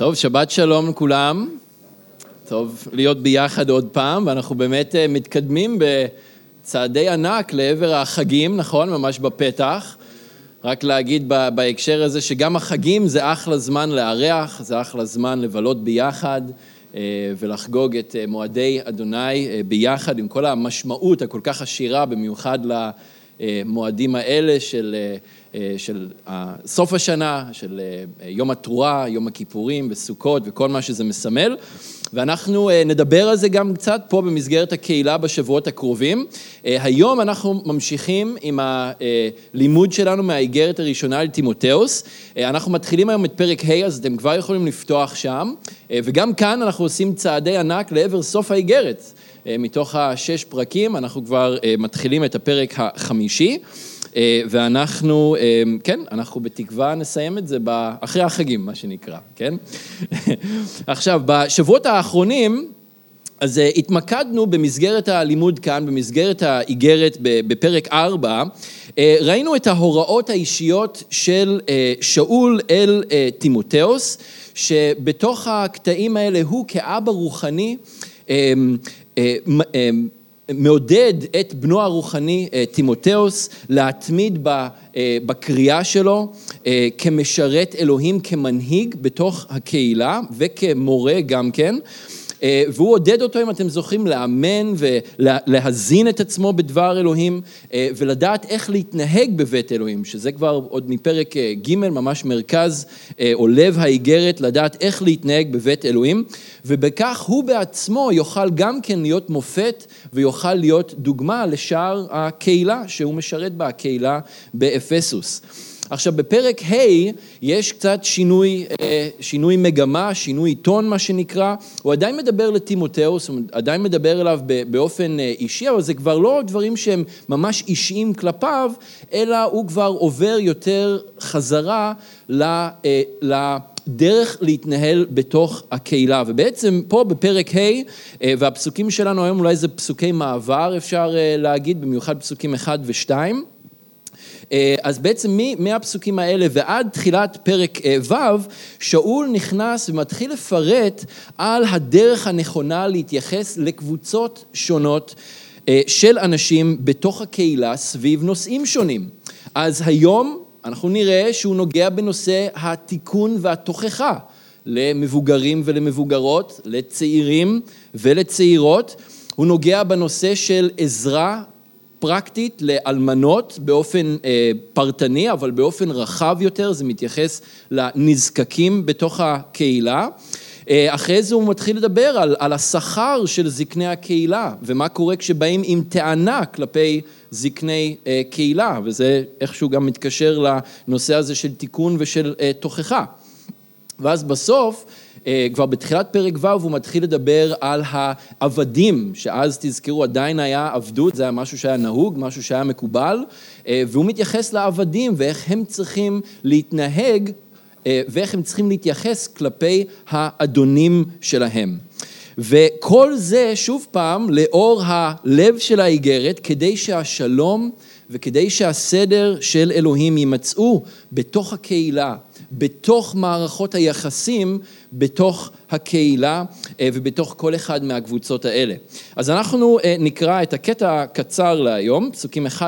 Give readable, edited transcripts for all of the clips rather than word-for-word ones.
טוב, שבת שלום לכולם. טוב להיות ביחד עוד פעם, ואנחנו באמת מתקדמים בצעדי ענק לעבר החגים, נכון? ממש בפתח. רק להגיד בהקשר הזה שגם החגים זה אחלה זמן לארח, זה אחלה זמן לבלות ביחד ולחגוג את מועדי אדוני ביחד עם כל המשמעות הכל כך עשירה, במיוחד למועדים האלה של סוף השנה, של יום התרועה, יום הכיפורים וסוכות וכל מה שזה מסמל. ואנחנו נדבר על זה גם קצת פה במסגרת הקהילה בשבועות הקרובים. היום אנחנו ממשיכים עם הלימוד שלנו מהאיגרת הראשונה לטימותאוס. אנחנו מתחילים היום את פרק ה', אז אתם כבר יכולים לפתוח שם. וגם כאן אנחנו עושים צעדי ענק לעבר סוף האיגרת. מתוך 6 פרקים אנחנו כבר מתחילים את הפרק החמישי. ואנחנו, כן, אנחנו בתקווה נסיים את זה אחרי החגים, מה שנקרא, כן? עכשיו, בשבועות האחרונים, אז התמקדנו במסגרת הלימוד כאן, במסגרת האיגרת בפרק 4, ראינו את ההוראות האישיות של שאול אל טימותאוס, שבתוך הקטעים האלה הוא כאבא רוחני, מעודד את בנו הרוחני טימותאוס להתמיד בקריאה שלו כמשרת אלוהים, כמנהיג בתוך הקהילה וכמורה גם כן, והוא עודד אותו, אם אתם זוכרים, לאמן ולהזין את עצמו בדבר אלוהים ולדעת איך להתנהג בבית אלוהים, שזה כבר עוד מפרק ג' ממש מרכז או לב האיגרת, לדעת איך להתנהג בבית אלוהים, ובכך הוא בעצמו יוכל גם כן להיות מופת ויוכל להיות דוגמה לשאר הקהילה שהוא משרת בה, הקהילה באפסוס. עכשיו, בפרק ה' יש קצת שינוי מגמה, שינוי טון מה שנקרא, הוא עדיין מדבר לטימותאוס, הוא עדיין מדבר אליו באופן אישי, אבל זה כבר לא דברים שהם ממש אישיים כלפיו, אלא הוא כבר עובר יותר חזרה לדרך להתנהל בתוך הקהילה. ובעצם פה בפרק ה' והפסוקים שלנו היום אולי זה פסוקי מעבר, אפשר להגיד, במיוחד פסוקים 1 ו-2, אז בעצם מהפסוקים האלה ועד תחילת פרק ו', שאול נכנס ומתחיל לפרט על הדרך הנכונה להתייחס לקבוצות שונות של אנשים בתוך הקהילה סביב נושאים שונים. אז היום אנחנו נראה שהוא נוגע בנושא התיקון והתוכחה למבוגרים ולמבוגרות, לצעירים ולצעירות. הוא נוגע בנושא של עזרה פרקטית לאלמנות באופן פרטני, אבל באופן רחב יותר, זה מתייחס לנזקקים בתוך הקהילה. אחרי זה הוא מתחיל לדבר על השכר של זקני הקהילה, ומה קורה כשבאים עם טענה כלפי זקני קהילה, וזה איכשהו גם מתקשר לנושא הזה של תיקון ושל תוכחה. ואז בסוף, כבר בתחילת פרק ו' הוא מתחיל לדבר על העבדים, שאז תזכרו עדיין היה עבדות, זה היה משהו שהיה נהוג, משהו שהיה מקובל, והוא מתייחס לעבדים ואיך הם צריכים להתנהג, ואיך הם צריכים להתייחס כלפי האדונים שלהם. וכל זה שוב פעם לאור הלב של האיגרת, כדי שהשלום וכדי שהסדר של אלוהים יימצאו בתוך הקהילה, בתוך מערכות היחסים, בתוך הקהילה ובתוך כל אחד מהקבוצות האלה. אז אנחנו נקרא את הקטע הקצר להיום, פסוקים 1-3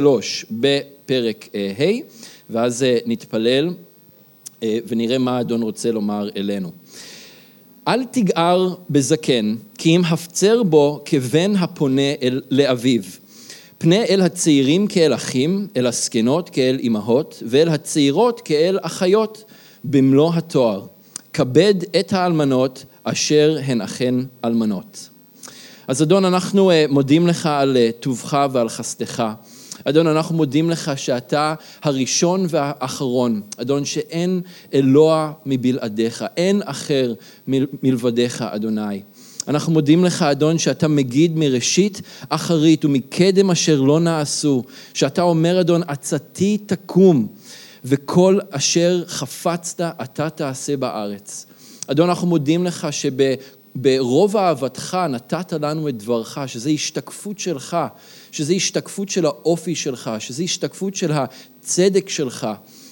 בפרק ה', ואז נתפלל ונראה מה האדון רוצה לומר אלינו. אל תגער בזקן, כי אם הפצר בו כבן הפונה לאביו. פנה אל הצעירים כאל אחים, אל הזקנות כאל אמהות, ואל הצעירות כאל אחיות במלוא התואר. כבד את האלמנות אשר הן אכן אלמנות. אז אדון, אנחנו מודים לך על טובך ועל חסדך. אדון, אנחנו מודים לך שאתה הראשון והאחרון. אדון, שאין אלוה מבלעדיך, אין אחר מלבדיך, אדוני. אנחנו מודים לך, אדון, שאתה מגיד מראשית אחרית ומקדם אשר לא נעשו, שאתה אומר, אדון, עצתי תקום, וכל אשר חפצת אתה תעשה בארץ. אדון, אנחנו מודים לך ברוב אהבתך נתת לנו את דברך, שזה השתקפות שלך, שזה השתקפות של האופי שלך, שזה השתקפות של הצדק שלך.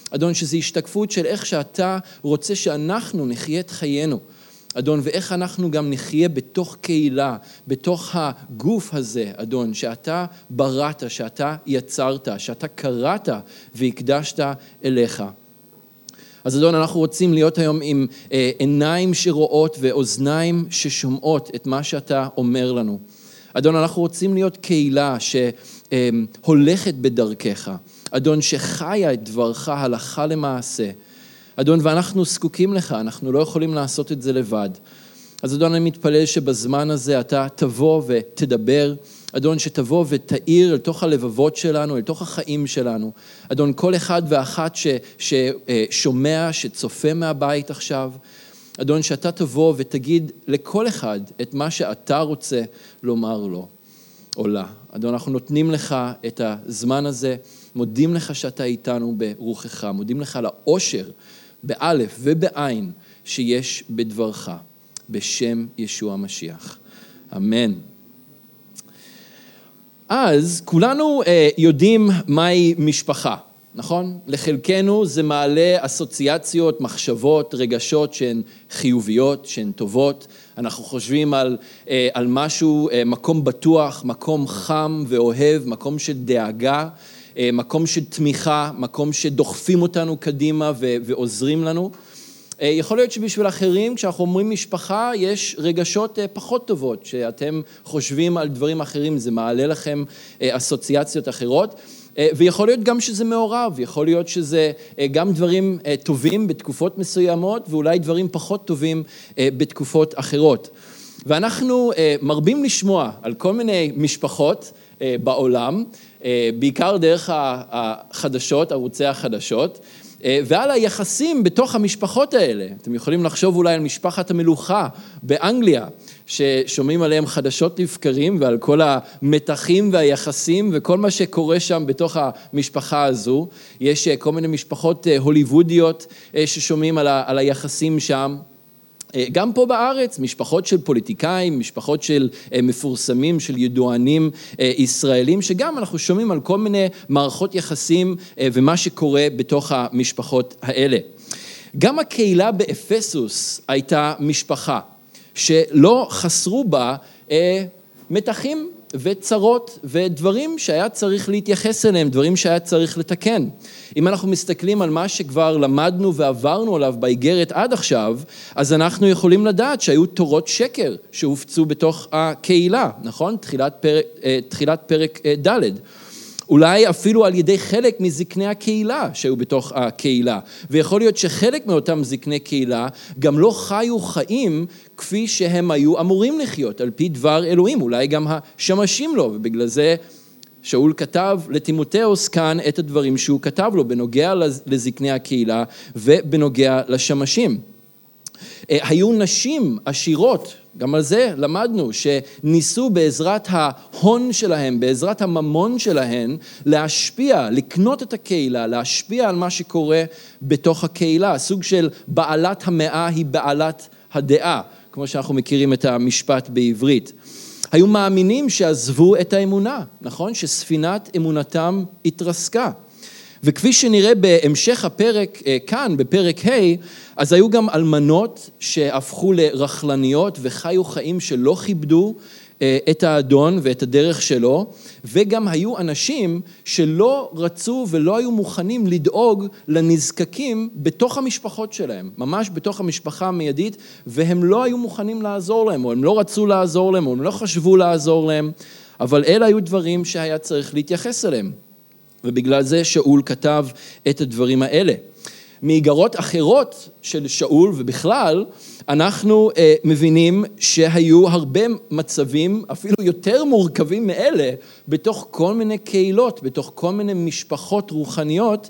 אדון, שזו השתקפות של איך שאתה רוצה שאנחנו נחיה את חיינו. אדון, ואיך אנחנו גם נחיה בתוך קהילה, בתוך הגוף הזה, אדון, שאתה בראת, שאתה יצרת, שאתה קראת והקדשת אליך. אז אדון, אנחנו רוצים להיות היום עם עיניים שרואות ואוזניים ששומעות את מה שאתה אומר לנו. אדון, אנחנו רוצים להיות קהילה שהולכת בדרכך. אדון, שחיה את דברך הלכה למעשה. אדון, ואנחנו זקוקים לך, אנחנו לא יכולים לעשות את זה לבד. אז אדון, אני מתפלל שבזמן הזה אתה תבוא ותדבר, אדון, שתבוא ותאיר לתוך הלבבות שלנו, לתוך החיים שלנו. אדון, כל אחד ואחת ששומע, שצופה מהבית עכשיו, אדון, שאתה תבוא ותגיד לכל אחד את מה שאתה רוצה לומר לו או לה. אדון, אנחנו נותנים לך את הזמן הזה, מודים לך שאתה איתנו ברוחך, מודים לך על האושר, באלף ובעין שיש בדברך, בשם ישוע המשיח. אמן. אז כולנו יודעים מהי משפחה, נכון? לחלקנו זה מעלה אסוציאציות, מחשבות, רגשות שהן חיוביות, שהן טובות. אנחנו חושבים על משהו, מקום בטוח, מקום חם ואוהב, מקום של דאגה, מקום של תמיכה, מקום שדוחפים אותנו קדימה ועוזרים לנו. יכול להיות שבשביל אחרים, כשאנחנו אומרים משפחה, יש רגשות פחות טובות, שאתם חושבים על דברים אחרים, זה מעלה לכם אסוציאציות אחרות, ויכול להיות גם שזה מעורב, יכול להיות שזה גם דברים טובים בתקופות מסוימות, ואולי דברים פחות טובים בתקופות אחרות. ואנחנו מרבים לשמוע על כל מיני משפחות בעולם, בעיקר דרך החדשות, ערוצי החדשות, ועל היחסים בתוך המשפחות האלה. אתם יכולים לחשוב אולי על משפחת המלוכה באנגליה, ששומעים עליהם חדשות לבקרים, ועל כל המתחים והיחסים וכל מה שקורה שם בתוך המשפחה הזו. יש כל מיני משפחות הוליוודיות ששומעים על היחסים שם. גם פה בארץ, משפחות של פוליטיקאים, משפחות של מפורסמים, של ידוענים ישראלים, שגם אנחנו שומעים על כל מיני מערכות יחסים ומה שקורה בתוך המשפחות האלה. גם הקהילה באפסוס הייתה משפחה, שלא חסרו בה מתחים וצרות ודברים שהיה צריך להתייחס אליהם, דברים שהיה צריך לתקן. אם אנחנו מסתכלים על מה שכבר למדנו ועברנו עליו באיגרת עד עכשיו, אז אנחנו יכולים לדעת שהיו תורות שקר שהופצו בתוך הקהילה, נכון? תחילת פרק ד'. אולי אפילו על ידי חלק מזקני הקהילה שהיו בתוך הקהילה. ויכול להיות שחלק מאותם זקני קהילה גם לא חיו חיים כפי שהם היו אמורים לחיות, על פי דבר אלוהים. אולי גם השמשים לו, ובגלל זה שאול כתב לתימותאוס כאן את הדברים שהוא כתב לו, בנוגע לזקני הקהילה ובנוגע לשמשים. היו נשים עשירות, גם על זה למדנו, שניסו בעזרת ההון שלהם, בעזרת הממון שלהם, להשפיע, לקנות את הקהילה, להשפיע על מה שקורה בתוך הקהילה. סוג של בעלת המאה היא בעלת הדעה, כמו שאנחנו מכירים את המשפט בעברית. היו מאמינים שעזבו את האמונה, נכון? שספינת אמונתם התרסקה. וכפי שנראה בהמשך הפרק כאן, בפרק ה', אז היו גם אלמנות שהפכו לרחלניות וחיו חיים שלא כיבדו את האדון ואת הדרך שלו, וגם היו אנשים שלא רצו ולא היו מוכנים לדאוג לנזקקים בתוך המשפחות שלהם, ממש בתוך המשפחה המיידית, והם לא היו מוכנים לעזור להם, או הם לא רצו לעזור להם, או הם לא חשבו לעזור להם, אבל אלה היו דברים שהיה צריך להתייחס אליהם. ובגלל זה שאול כתב את הדברים האלה. מאיגרות אחרות של שאול ובכלל, אנחנו מבינים שהיו הרבה מצבים, אפילו יותר מורכבים מאלה, בתוך כל מיני קהילות, בתוך כל מיני משפחות רוחניות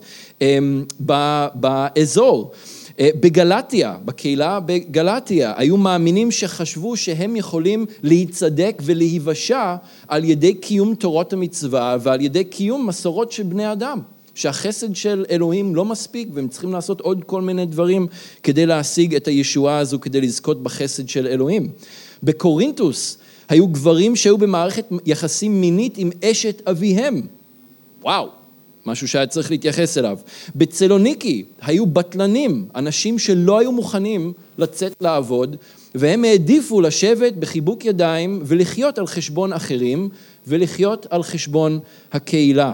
באזור. בגלטיה, בקהילה בגלטיה, היו מאמינים שחשבו שהם יכולים להיצדק ולהיוושע על ידי קיום תורות המצווה ועל ידי קיום מסורות של בני אדם. שהחסד של אלוהים לא מספיק והם צריכים לעשות עוד כל מיני דברים כדי להשיג את הישועה הזו, כדי לזכות בחסד של אלוהים. בקורינתוס היו גברים שהיו במערכת יחסים מינית עם אשת אביהם. וואו, משהו שהיה צריך להתייחס אליו. בצלוניקי היו בטלנים, אנשים שלא היו מוכנים לצאת לעבוד, והם העדיפו לשבת בחיבוק ידיים ולחיות על חשבון אחרים, ולחיות על חשבון הקהילה.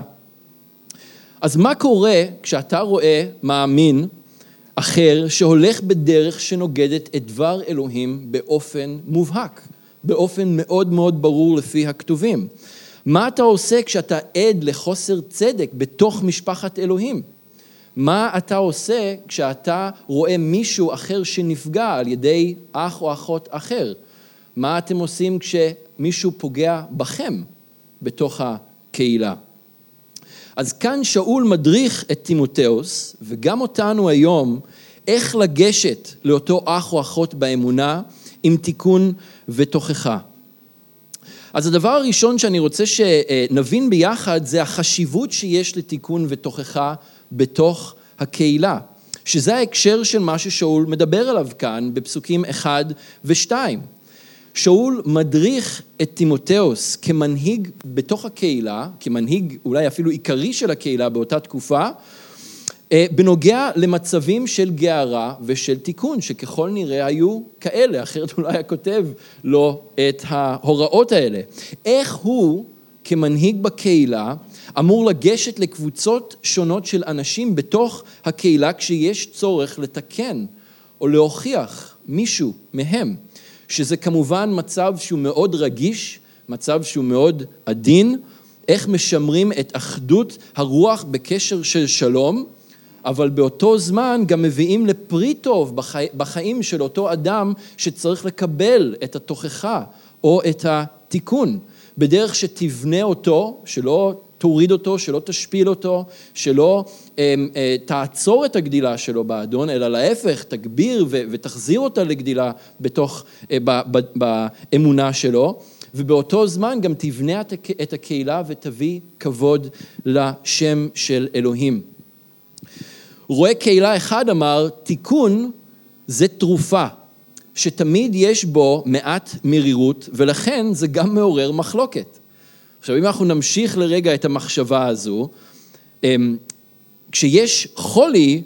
אז מה קורה כשאתה רואה מאמין אחר שהולך בדרך שנוגדת את דבר אלוהים באופן מובהק, באופן מאוד מאוד ברור לפי הכתובים? מה אתה עושה כשאתה עד לחוסר צדק בתוך משפחת אלוהים? מה אתה עושה כשאתה רואה מישהו אחר שנפגע על ידי אח או אחות אחר? מה אתם עושים כשמישהו פוגע בכם בתוך הקהילה? אז כאן שאול מדריך את תימותאוס, וגם אותנו היום, איך לגשת לאותו אח או אחות באמונה עם תיקון ותוכחה. אז הדבר הראשון שאני רוצה שנבין ביחד זה החשיבות שיש לתיקון ותוכחה בתוך הקהילה, שזה ההקשר של מה ששאול מדבר עליו כאן בפסוקים 1 ו-2. שאול מדריך את תימותאוס כמנהיג בתוך הקהילה, כמנהיג אולי אפילו עיקרי של הקהילה באותה תקופה, בנוגע למצבים של גארה ושל תיקון, שככל נראה היו כאלה, אחרת אולי הכותב לו את ההוראות האלה. איך הוא כמנהיג בקהילה אמור לגשת לקבוצות שונות של אנשים בתוך הקהילה כשיש צורך לתקן או להוכיח מישהו מהם, שזה כמובן מצב שהוא מאוד רגיש, מצב שהוא מאוד עדין, איך משמרים את אחדות הרוח בקשר של שלום, אבל באותו זמן גם מביאים לפרי טוב בחיים של אותו אדם שצריך לקבל את התוכחה או את התיקון, בדרך שתבנה אותו, שלא תוריד אותו, שלא תשפיל אותו, שלא תעצור את הגדילה שלו באדון, אלא להפך, תגביר ותחזיר אותה לגדילה באמונה שלו, ובאותו זמן גם תבנה את הקהילה ותביא כבוד לשם של אלוהים. רואה קהילה אחד אמר, תיקון זה תרופה, שתמיד יש בו מעט מרירות, ולכן זה גם מעורר מחלוקת. עכשיו, אם אנחנו נמשיך לרגע את המחשבה הזו, כשיש חולי,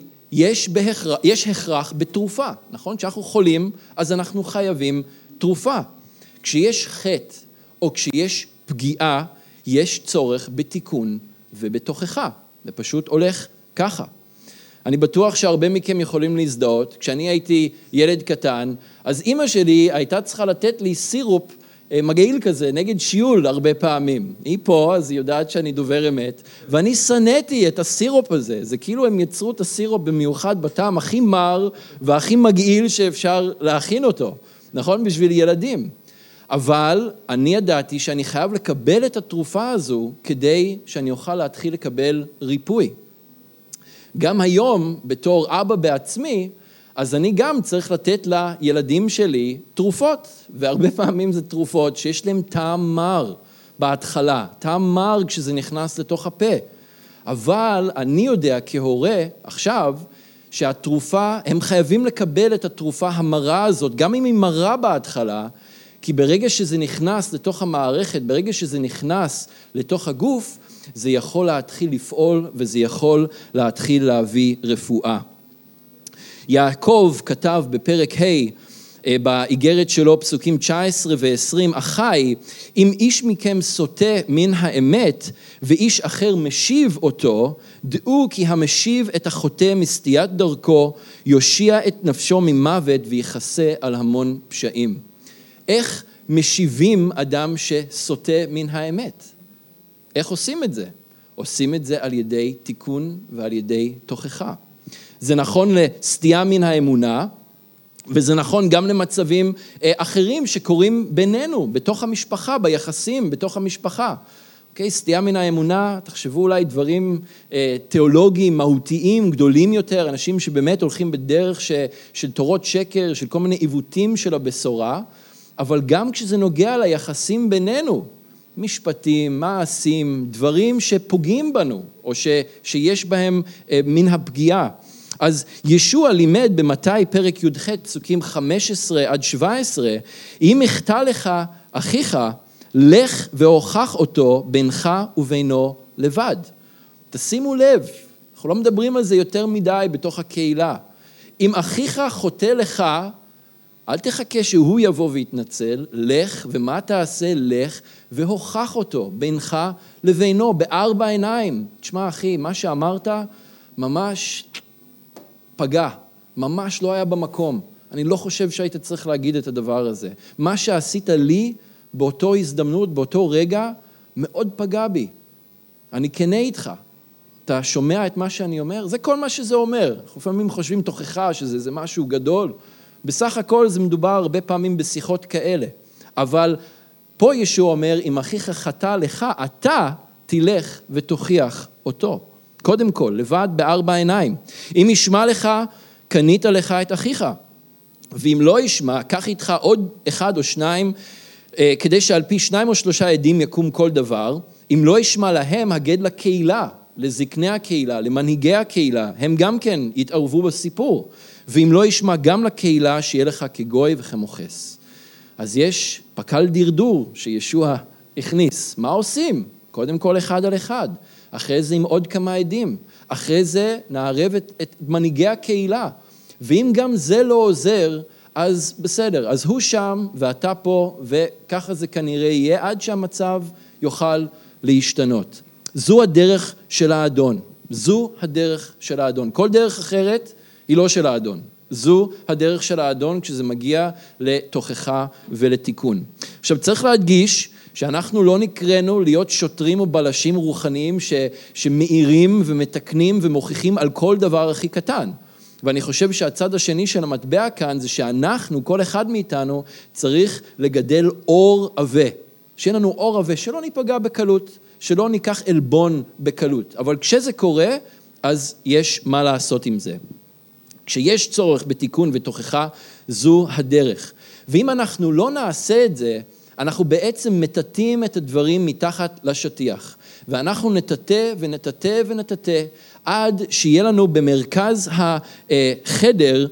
יש הכרח בתרופה, נכון? כשאנחנו חולים, אז אנחנו חייבים תרופה. כשיש חטא, או כשיש פגיעה, יש צורך בתיקון ובתוכחה. זה פשוט הולך ככה. אני בטוח שהרבה מכם יכולים להזדהות. כשאני הייתי ילד קטן, אז אמא שלי הייתה צריכה לתת לי סירופ מגעיל כזה, נגד שיול הרבה פעמים. היא פה, אז היא יודעת שאני דובר אמת, ואני שנאתי את הסירופ הזה. זה כאילו הם יצרו את הסירופ במיוחד בטעם הכי מר והכי מגעיל שאפשר להכין אותו. נכון? בשביל ילדים. אבל אני ידעתי שאני חייב לקבל את התרופה הזו כדי שאני אוכל להתחיל לקבל ריפוי. גם היום, בתור אבא בעצמי, אז אני גם צריך לתת לילדים שלי תרופות, והרבה פעמים זה תרופות שיש להם טעם מר בהתחלה, טעם מר כשזה נכנס לתוך הפה. אבל אני יודע כהורה עכשיו, שהתרופה, הם חייבים לקבל את התרופה המרה הזאת, גם אם היא מרה בהתחלה, כי ברגע שזה נכנס לתוך המערכת, ברגע שזה נכנס לתוך הגוף, זה יכול להתחיל לפעול וזה יכול להתחיל להביא רפואה. יעקב כתב בפרק ה' באיגרת שלו פסוקים 19 ו-20, אחי, אם איש מכם סוטה מן האמת ואיש אחר משיב אותו, דעו כי המשיב את החוטא מסטיית דרכו, יושיע את נפשו ממוות ויחסה על המון פשעים. איך משיבים אדם שסוטה מן האמת? איך עושים את זה? עושים את זה על ידי תיקון ועל ידי תוכחה. זה נכון לסטייה מן האמונה, וזה נכון גם למצבים אחרים שקורים בינינו, בתוך המשפחה, ביחסים, בתוך המשפחה. אוקיי, סטייה מן האמונה, תחשבו אולי דברים תיאולוגיים, מהותיים, גדולים יותר, אנשים שבאמת הולכים בדרך של תורות שקר, של כל מיני עיוותים של הבשורה, אבל גם כשזה נוגע ליחסים בינינו, משפטים, מעשים, דברים שפוגעים בנו, או שיש בהם מן הפגיעה. אז ישוע לימד במתי פרק י"ח פסוקים 15 עד 17, אם יחטא לך אחיך, לך והוכח אותו בינך ובינו לבד. תשימו לב, אנחנו לא מדברים על זה יותר מדי בתוך הקהילה. אם אחיך חוטא לך, אל תחכה שהוא יבוא ויתנצל, לך, ומה תעשה? לך, והוכח אותו בינך לבינו, בארבע עיניים. תשמע אחי, מה שאמרת ממש פגע, ממש לא היה במקום. אני לא חושב שהיית צריך להגיד את הדבר הזה. מה שעשית לי באותו הזדמנות, באותו רגע, מאוד פגע בי. אני כנה איתך. אתה שומע את מה שאני אומר? זה כל מה שזה אומר. אנחנו לפעמים חושבים תוכחה שזה משהו גדול. בסך הכל זה מדובר הרבה פעמים בשיחות כאלה. אבל פה ישוע אומר, אם אחיך חטא לך, אתה תלך ותוכיח אותו. קודם כל, לבד בארבע עיניים. אם ישמע לך, קנית לך את אחיך. ואם לא ישמע, קח איתך עוד אחד או שניים, כדי שעל פי 2 או 3 עדים יקום כל דבר. אם לא ישמע להם, הגד לקהילה, לזקני הקהילה, למנהיגי הקהילה, הם גם כן יתערבו בסיפור. ואם לא ישמע גם לקהילה, שיהיה לך כגוי וכמוכס. אז יש פקל דרדור שישוע הכניס. מה עושים? קודם כל אחד על אחד. אחרי זה עם עוד כמה עדים. אחרי זה נערב את מנהיגי הקהילה. ואם גם זה לא עוזר, אז בסדר. אז הוא שם ואתה פה, וככה זה כנראה יהיה עד שהמצב יוכל להשתנות. זו הדרך של האדון. זו הדרך של האדון. כל דרך אחרת היא לא של האדון. זו הדרך של האדון כשזה מגיע לתוכחה ולתיקון. עכשיו צריך להדגיש שאנחנו לא נקראנו להיות שוטרים או בלשים רוחניים שמאירים ומתקנים ומוכיחים על כל דבר הכי קטן. ואני חושב שהצד השני של המטבע כאן זה שאנחנו, כל אחד מאיתנו, צריך לגדל אור עבה. שיהיה לנו אור עבה, שלא ניפגע בקלות, שלא ניקח אלבון בקלות. אבל כשזה קורה, אז יש מה לעשות עם זה. כשיש צורך בתיקון ותוכחה, זו הדרך. ואם אנחנו לא נעשה את זה, אנחנו בעצם מטאטאים את הדברים מתחת לשטיח. ואנחנו נטאטא ונטאטא ונטאטא, עד שיהיה לנו במרכז החדר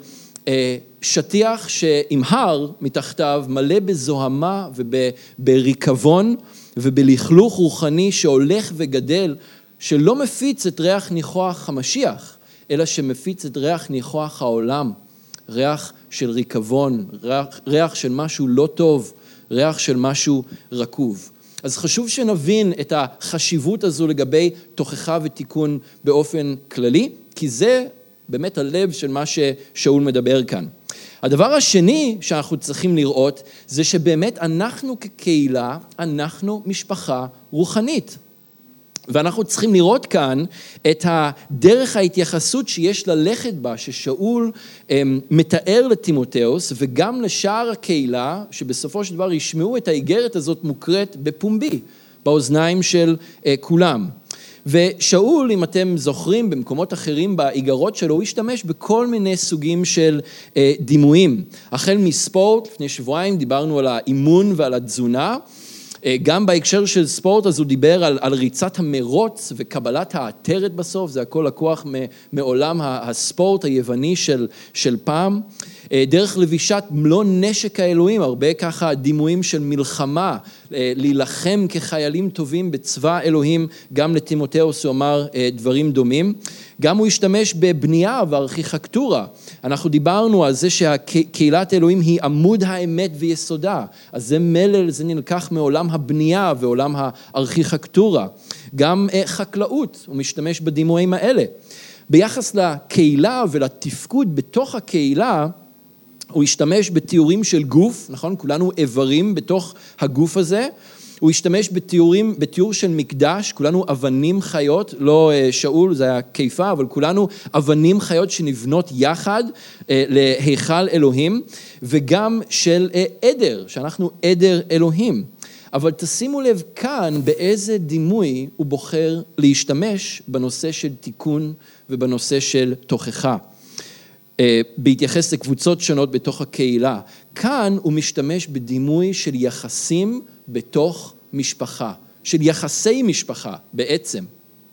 שטיח עם הר מתחתיו, מלא בזוהמה ובריקבון ובלכלוך רוחני שהולך וגדל, שלא מפיץ את ריח ניחוח המשיח, אלא שמפיץ את ריח ניחוח העולם, ריח של ריקבון, ריח של משהו לא טוב, ריח של משהו רקוב. אז חשוב שנבין את החשיבות הזו לגבי תוכחה ותיקון באופן כללי, כי זה באמת הלב של מה ששאול מדבר כאן. הדבר השני שאנחנו צריכים לראות, זה שבאמת אנחנו כקהילה, אנחנו משפחה רוחנית. ואנחנו צריכים לראות כאן את הדרך ההתייחסות שיש ללכת בה, ששאול מתאר לטימותאוס, וגם לשאר הקהילה, שבסופו של דבר ישמעו את האיגרת הזאת מוקראת בפומבי, באוזניים של כולם. ושאול, אם אתם זוכרים, במקומות אחרים באיגרות שלו, הוא השתמש בכל מיני סוגים של דימויים. החל מספורט, לפני שבועיים דיברנו על האימון ועל התזונה, גם בהקשר של ספורט, אז הוא דיבר על ריצת המרוץ וקבלת העטרת בסוף, זה הכל לקוח מעולם הספורט היווני של פעם. דרך לבישת מלוא נשק האלוהים, הרבה ככה דימויים של מלחמה, להילחם כחיילים טובים בצבא אלוהים, גם לטימותאוס הוא אמר דברים דומים. גם הוא השתמש בבנייה וארכיטקטורה. אנחנו דיברנו על זה שהקהילת אלוהים היא עמוד האמת ויסודה. אז זה מלל, זה נלקח מעולם הבנייה ועולם הארכיטקטורה. גם חקלאות, הוא משתמש בדימויים האלה. ביחס לקהילה ולתפקוד בתוך הקהילה, הוא השתמש בתיאורים של גוף, נכון? כולנו איברים בתוך הגוף הזה. הוא השתמש בתיאור של מקדש, כולנו אבנים חיות, לא שאול, זה היה כיפה, אבל כולנו אבנים חיות שנבנות יחד להיכל אלוהים, וגם של עדר, שאנחנו עדר אלוהים. אבל תשימו לב כאן באיזה דימוי הוא בוחר להשתמש בנושא של תיקון ובנושא של תוכחה. בהתייחס לקבוצות שונות בתוך הקהילה. כאן הוא משתמש בדימוי של יחסים בתוך משפחה, של יחסי משפחה בעצם.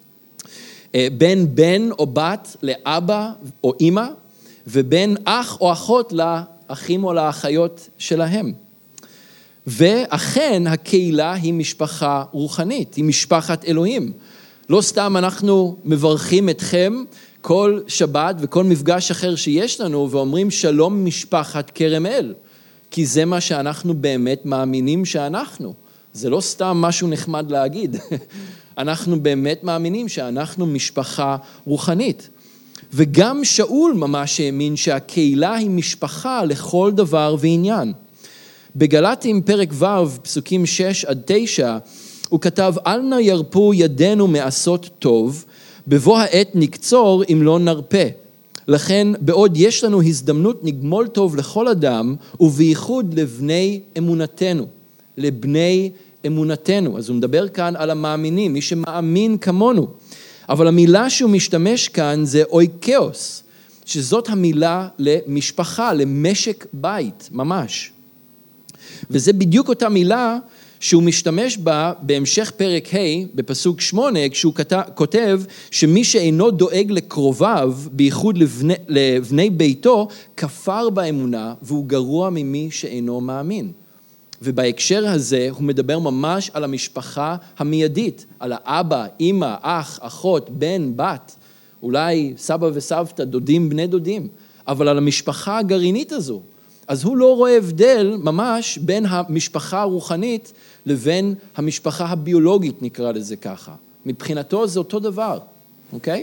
בין בן או בת לאבא או אמא, ובין אח או אחות לאחים או לאחיות שלהם. ואכן הקהילה היא משפחה רוחנית, היא משפחת אלוהים. לא סתם אנחנו מברכים אתכם כל שבת וכל מפגש אחר שיש לנו ואומרים שלום משפחת כרם אל, כי זה מה שאנחנו באמת מאמינים שאנחנו. זה לא סתם משהו נחמד להגיד, אנחנו באמת מאמינים שאנחנו משפחה רוחנית. וגם שאול ממש האמין שהקהילה היא משפחה לכל דבר ועניין. בגלתים פרק ו' פסוקים 6-9, הוא כתב, אל נא ירפו ידינו מעשות טוב, בבוא העת נקצור אם לא נרפה. לכן בעוד יש לנו הזדמנות נגמול טוב לכל אדם, ובייחוד לבני אמונתנו. לבני אמונתנו. אז הוא מדבר כאן על המאמינים, מי שמאמין כמונו. אבל המילה שהוא משתמש כאן זה אויקאוס, שזאת המילה למשפחה, למשק בית, ממש. וזה בדיוק אותה מילה שהוא משתמש בה בהמשך פרק ה' בפסוק 8, כשהוא כותב שמי שאינו דואג לקרוביו, בייחוד לבני ביתו, כפר באמונה והוא גרוע ממי שאינו מאמין. ובהקשר הזה הוא מדבר ממש על המשפחה המיידית, על האבא, אמא, אח, אחות, בן, בת, אולי סבא וסבתא, דודים, בני דודים, אבל על המשפחה הגרעינית הזו. אז הוא לא רואה הבדל ממש בין המשפחה הרוחנית לבין המשפחה הביולוגית, נקרא לזה ככה. מבחינתו זה אותו דבר, אוקיי?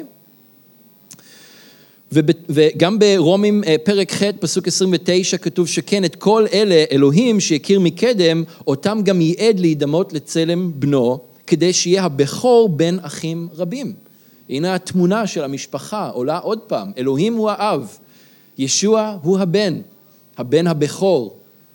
וגם ברומים פרק ח' פסוק 29 כתוב שכן את כל אלה אלוהים שהכיר מקדם, אותם גם ייעד להידמות לצלם בנו, כדי שיהיה הבכור בין אחים רבים. הנה התמונה של המשפחה עולה עוד פעם, אלוהים הוא האב, ישוע הוא הבן, הבן הבכור,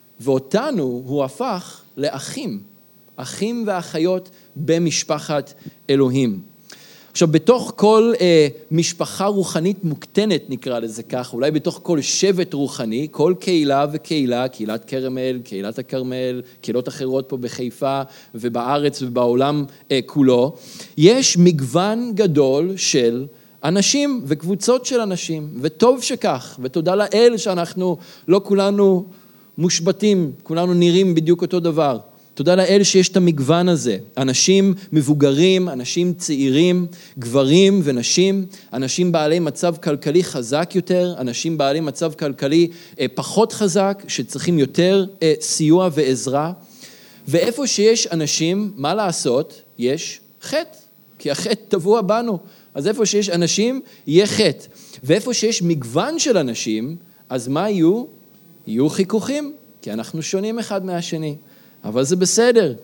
ואותנו הוא הפך לאחים, אחים ואחיות במשפחת אלוהים. עכשיו, בתוך כל משפחה רוחנית מוקטנת, נקרא לזה כך, אולי בתוך כל שבט רוחני, כל קהילה וקהילה, קהילת כרם אל, קהילת הכרמל, קהילות אחרות פה בחיפה ובארץ ובעולם כולו, יש מגוון גדול של אנשים וקבוצות של אנשים, וטוב שכך, ותודה לאל שאנחנו לא כולנו מושבטים, כולנו נראים בדיוק אותו דבר. תודה לאל שיש את המגוון הזה, אנשים מבוגרים, אנשים צעירים, גברים ונשים, אנשים בעלי מצב כלכלי חזק יותר, אנשים בעלי מצב כלכלי פחות חזק, שצריכים יותר סיוע ועזרה, ואיפה שיש אנשים, מה לעשות? יש חטא, כי החטא טבוע בנו, אז איפה שיש אנשים, יהיה חטא, ואיפה שיש מגוון של אנשים, אז מה יהיו? יהיו חיכוכים, כי אנחנו שונים אחד מהשני. אבל זה בסדר.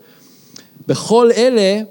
בכל אלה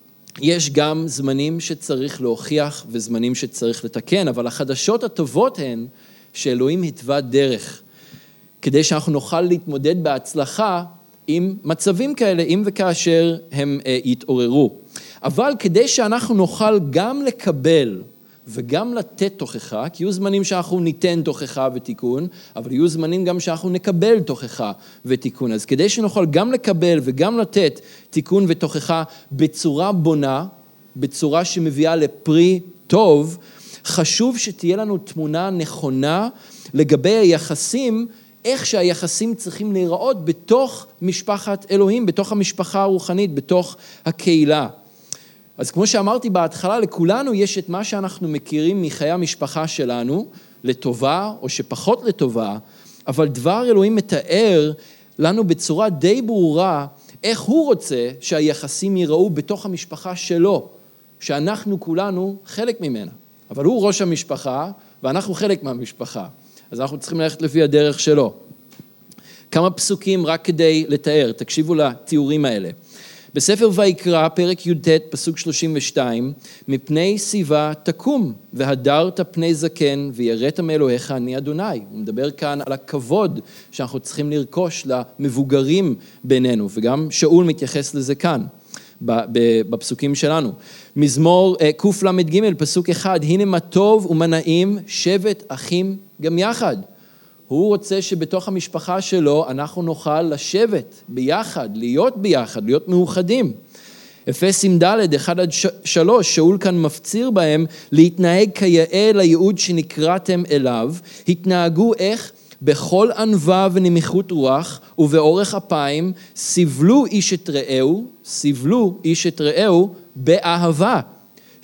יש גם זמנים שצריך להוכיח וזמנים שצריך לתקן, אבל החדשות הטובות הן שאלוהים התווה דרך, כדי שאנחנו נוכל להתמודד בהצלחה עם מצבים כאלה, אם וכאשר הם יתעוררו. אבל כדי שאנחנו נוכל גם לקבל וגם לתת תוכחה, כי יהיו זמנים שאנחנו ניתן תוכחה ותיקון, אבל יהיו זמנים גם שאנחנו נקבל תוכחה ותיקון. אז כדי שנוכל גם לקבל וגם לתת תיקון ותוכחה בצורה בונה, בצורה שמביאה לפרי טוב, חשוב שתהיה לנו תמונה נכונה לגבי היחסים, איך שהיחסים צריכים להיראות בתוך משפחת אלוהים, בתוך המשפחה הרוחנית, בתוך הקהילה. אז כמו שאמרתי בהתחלה, לכולנו יש את מה שאנחנו מכירים מחיי המשפחה שלנו, לטובה או שפחות לטובה, אבל דבר אלוהים מתאר לנו בצורה די ברורה, איך הוא רוצה שהיחסים ייראו בתוך המשפחה שלו, שאנחנו כולנו חלק ממנה. אבל הוא ראש המשפחה, ואנחנו חלק מהמשפחה. אז אנחנו צריכים ללכת לפי הדרך שלו. כמה פסוקים רק כדי לתאר, תקשיבו לתיאורים האלה. בספר ויקרא, פרק י"ט, פסוק 32, מפני סיבה תקום, והדרת פני זקן, ויראת מאלוהיך אני אדוני. הוא מדבר כאן על הכבוד שאנחנו צריכים לרכוש למבוגרים בינינו, וגם שאול מתייחס לזה כאן, בפסוקים שלנו. מזמור קל"ג, פסוק 1, הנה מה טוב ומה נעים, שבט אחים גם יחד. הוא רוצה שבתוך המשפחה שלו אנחנו נוכל לשבת ביחד, להיות מאוחדים. אפסים ד' 1-3, שאול כאן מפציר בהם להתנהג כיאה לייעוד שנקראתם אליו, התנהגו איך? בכל ענווה ונמיכות רוח ובאורך אפיים, סבלו איש את רעהו באהבה.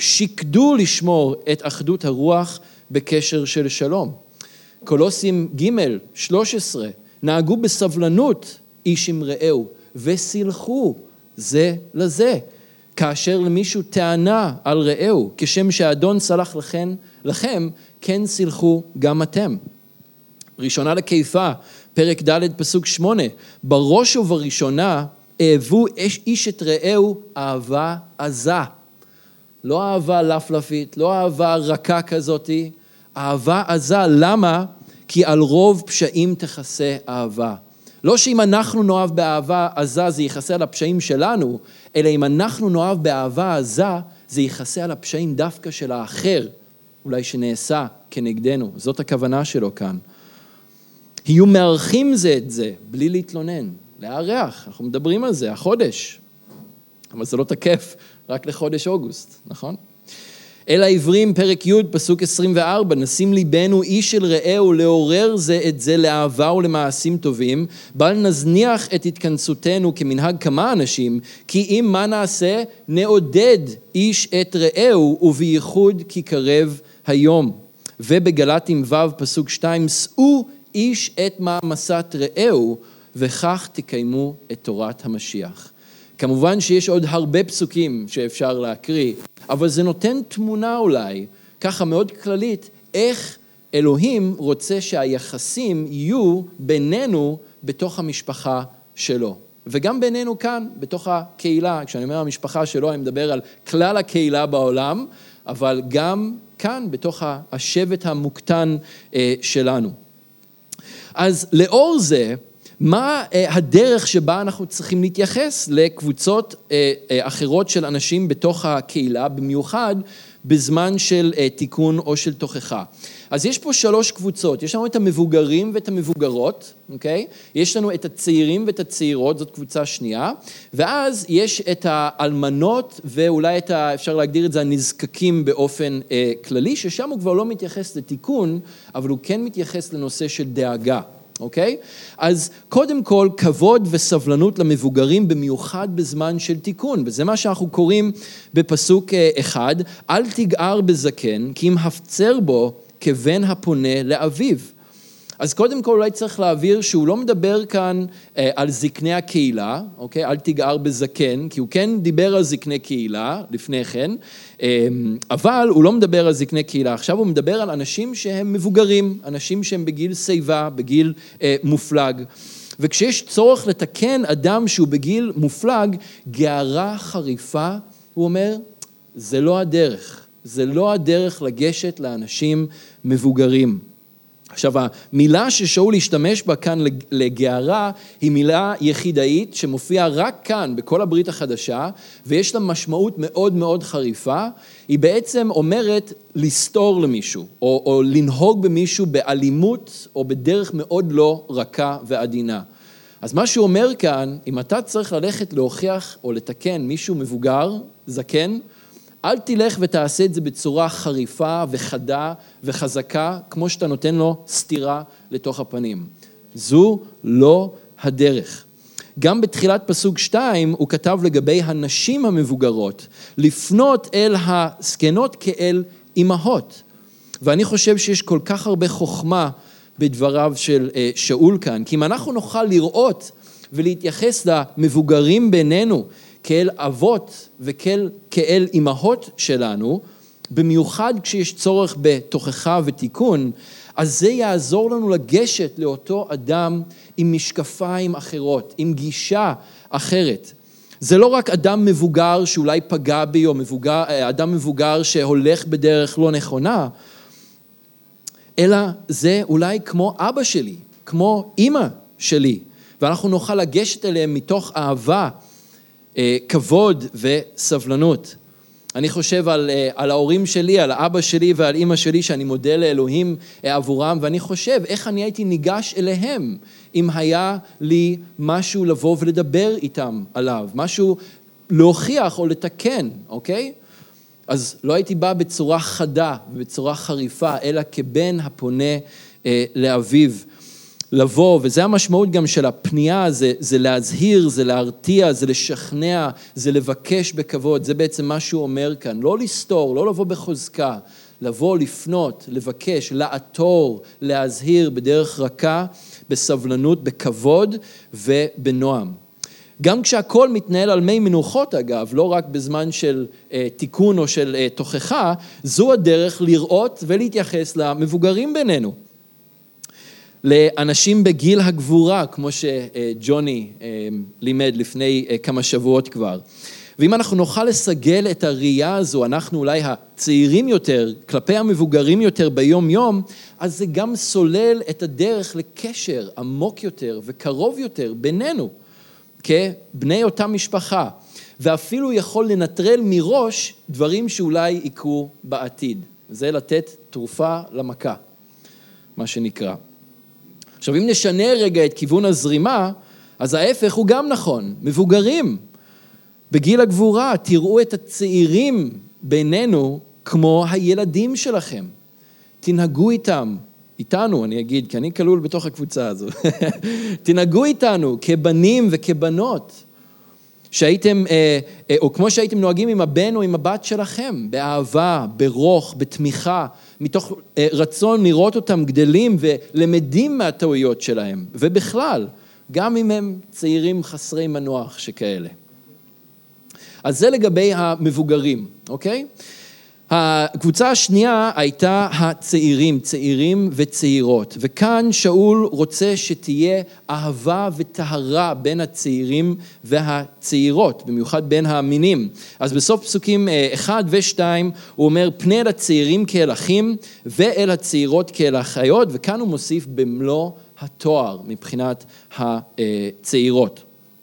שקדו לשמור את אחדות הרוח בקשר של שלום. קולוסים ג' 13, נהגו בסבלנות איש עם רעהו, וסילחו זה לזה. כאשר למישהו טענה על רעהו, כשם שהאדון סלח לכם, כן סילחו גם אתם. ראשונה לקיפה, פרק ד' פסוק 8, בראש ובראשונה אהבו איש את רעהו אהבה עזה. לא אהבה לפלפית, לא אהבה רכה כזאת, אהבה עזה. למה? כי על רוב פשעים תכסה אהבה. לא שאם אנחנו נאהב באהבה עזה זה יכסה על הפשעים שלנו, אלא אם אנחנו נאהב באהבה עזה זה יכסה על הפשעים דווקא של האחר, אולי שנעשה כנגדנו. זאת הכוונה שלו כאן. היו מארחים זה את זה, בלי להתלונן, להארח, אנחנו מדברים על זה, החודש. אבל זה לא תקף רק לחודש אוגוסט, נכון? אל העברים, פרק י' פסוק 24, נשים ליבנו איש אל רעהו לעורר זה את זה לאהבה ולמעשים טובים, בל נזניח את התכנסותנו כמנהג כמה אנשים, כי אם מה נעשה נעודד איש את רעהו ובייחוד כי קרב היום. ובגלתים ו' פסוק 2, שאו איש את מעמסת רעהו וכך תקיימו את תורת המשיח. כמובן שיש עוד הרבה פסוקים שאפשר להקריא, אבל זה נותן תמונה אולי, ככה מאוד כללית, איך אלוהים רוצה שהיחסים יהיו בינינו בתוך המשפחה שלו. וגם בינינו כאן, בתוך הקהילה, כשאני אומר המשפחה שלו, אני מדבר על כלל הקהילה בעולם, אבל גם כאן, בתוך השבט המוקטן שלנו. אז לאור זה, מה הדרך שבה אנחנו צריכים להתייחס לקבוצות אחרות של אנשים בתוך הקהילה, במיוחד בזמן של תיקון או של תוכחה. אז יש פה 3 קבוצות, יש לנו את המבוגרים ואת המבוגרות, אוקיי? יש לנו את הצעירים ואת הצעירות, זאת קבוצה שנייה, ואז יש את האלמנות ואולי אפשר להגדיר את זה הנזקקים באופן כללי, ששם הוא כבר לא מתייחס לתיקון, אבל הוא כן מתייחס לנושא של דאגה. אוקיי? אז קודם כל, כבוד וסבלנות למבוגרים במיוחד בזמן של תיקון, וזה מה שאנחנו קוראים בפסוק 1, אל תגער בזקן, כי אם הפצר בו כבן הפונה לאביו. אז קודם כל אולי צריך להעביר שהוא לא מדבר כאן על זקני הקהילה, אוקיי? אל תגער בזקן, כי הוא כן דיבר על זקני קהילה לפני כן, אבל הוא לא מדבר על זקני קהילה, עכשיו הוא מדבר על אנשים שהם מבוגרים, אנשים שהם בגיל שיבה, בגיל מופלג, וכשיש צורך לתקן אדם שהוא בגיל מופלג, גערה חריפה, הוא אומר, זה לא הדרך, זה לא הדרך לגשת לאנשים מבוגרים. עכשיו, המילה ששאול השתמש בה כאן לגערה, היא מילה יחידאית שמופיעה רק כאן בכל הברית החדשה, ויש לה משמעות מאוד מאוד חריפה, היא בעצם אומרת לסתור למישהו, או לנהוג במישהו באלימות, או בדרך מאוד לא רכה ועדינה. אז מה שהוא אומר כאן, אם אתה צריך ללכת להוכיח או לתקן מישהו מבוגר, זקן, אל תלך ותעשה את זה בצורה חריפה וחדה וחזקה, כמו שאתה נותן לו סתירה לתוך הפנים. זו לא הדרך. גם בתחילת פסוק 2 הוא כתב לגבי הנשים המבוגרות, לפנות אל הזקנות כאל אמהות. ואני חושב שיש כל כך הרבה חוכמה בדבריו של שאול כאן, כי אם אנחנו נוכל לראות ולהתייחס למבוגרים בינינו, כאל אבות וכאל אמהות שלנו, במיוחד כשיש צורך בתוכחה ותיקון, אז זה יעזור לנו לגשת לאותו אדם עם משקפיים אחרות, עם גישה אחרת. זה לא רק אדם מבוגר שאולי פגע בי, או אדם מבוגר שהולך בדרך לא נכונה, אלא זה אולי כמו אבא שלי, כמו אמא שלי, ואנחנו נוכל לגשת אליהם מתוך אהבה, כבוד וסבלנות. אני חושב על ההורים שלי, על האבא שלי ועל אמא שלי, שאני מודה לאלוהים עבורם, ואני חושב איך אני הייתי ניגש אליהם, אם היה לי משהו לבוא ולדבר איתם עליו, משהו להוכיח או לתקן, אוקיי? אז לא הייתי בא בצורה חדה ובצורה חריפה, אלא כבן הפונה לאביו. לבוא, וזה המשמעות גם של הפנייה, זה להזהיר, זה להרתיע, זה לשכנע, זה לבקש בכבוד, זה בעצם מה שהוא אומר כאן, לא לסתור, לא לבוא בחוזקה, לבוא, לפנות, לבקש, לעתור, להזהיר בדרך רכה, בסבלנות, בכבוד ובנועם. גם כשהכל מתנהל על מי מנוחות אגב, לא רק בזמן של תיקון או של תוכחה, זו הדרך לראות ולהתייחס למבוגרים בינינו. לאנשים בגיל הגבורה, כמו שג'וני לימד לפני כמה שבועות כבר. ואם אנחנו נוכל לסגל את הראייה הזו, אנחנו אולי הצעירים יותר, כלפי המבוגרים יותר ביום יום, אז זה גם סולל את הדרך לקשר עמוק יותר וקרוב יותר בינינו, כבני אותה משפחה, ואפילו יכול לנטרל מראש דברים שאולי יקרו בעתיד. זה לתת תרופה למכה, מה שנקרא. עכשיו, אם נשנה רגע את כיוון הזרימה, אז ההפך הוא גם נכון. מבוגרים, בגיל הגבורה, תראו את הצעירים בינינו כמו הילדים שלכם. תנהגו איתנו, אני אגיד, כי אני כלול בתוך הקבוצה הזו. תנהגו איתנו כבנים וכבנות, שהייתם, או כמו שהייתם נוהגים עם הבן או עם הבת שלכם, באהבה, ברוך, בתמיכה, מתוך רצון לראות אותם גדלים ולמדים מהטעויות שלהם, ובכלל, גם אם הם צעירים חסרי מנוח שכאלה. אז זה לגבי המבוגרים, אוקיי? הקבוצה השנייה הייתה הצעירים, צעירים וצעירות, וכאן שאול רוצה שתהיה אהבה וטהרה בין הצעירים והצעירות, במיוחד בין המינים. אז בסוף פסוקים 1 ו2 הוא אומר, פנה אל הצעירים כאל אחים ואל הצעירות כאל אחיות, וכאן הוא מוסיף במלוא התואר מבחינת הצעירות.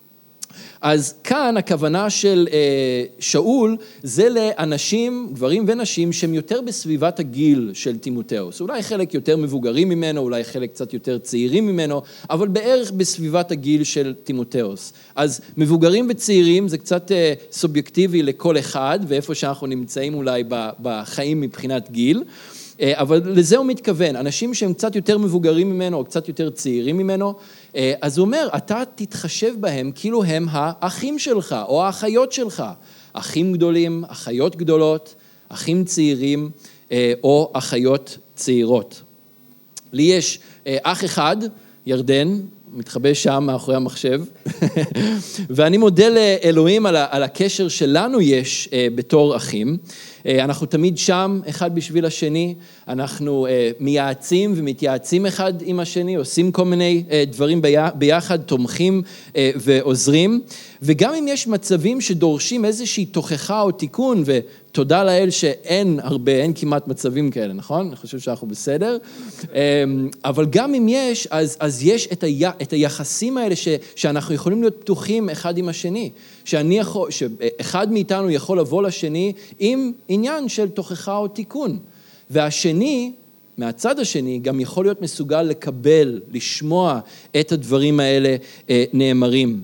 אז כאן הכוונה של שאול זה לאנשים, גברים ונשים, שהם יותר בסביבת הגיל של תימותאוס. אולי חלק יותר מבוגרים ממנו, אולי חלק קצת יותר צעירים ממנו, אבל בערך בסביבת הגיל של תימותאוס. אז מבוגרים וצעירים זה קצת סובייקטיבי לכל אחד, ואיפה שאנחנו נמצאים אולי בחיים מבחינת גיל, אבל לזה הוא מתכוון, אנשים שהם קצת יותר מבוגרים ממנו או קצת יותר צעירים ממנו, אז הוא אומר, אתה תתחשב בהם כאילו הם האחים שלך או האחיות שלך, אחים גדולים, אחיות גדולות, אחים צעירים או אחיות צעירות. לי יש אח אחד, ירדן, מתחבא שם מאחורי המחשב, ואני מודה לאלוהים על הקשר שלנו יש בתור אחים. אנחנו תמיד שם אחד בשביל השני, אנחנו מייעצים ומתייעצים אחד עם השני, עושים כל מיני דברים ביחד, תומכים ועוזרים, וגם אם יש מצבים שדורשים איזושהי תוכחה או תיקון, ותודה לאל שאין הרבה, אין כמעט מצבים כאלה, נכון? אני חושב שאנחנו בסדר, אבל גם אם יש, אז יש את היחסים האלה שאנחנו יכולים להיות פתוחים אחד עם השני, שאחד מאיתנו יכול לבוא לשני עם עניין של תוכחה או תיקון, והשני, מהצד השני, גם יכול להיות מסוגל לקבל, לשמוע את הדברים האלה נאמרים.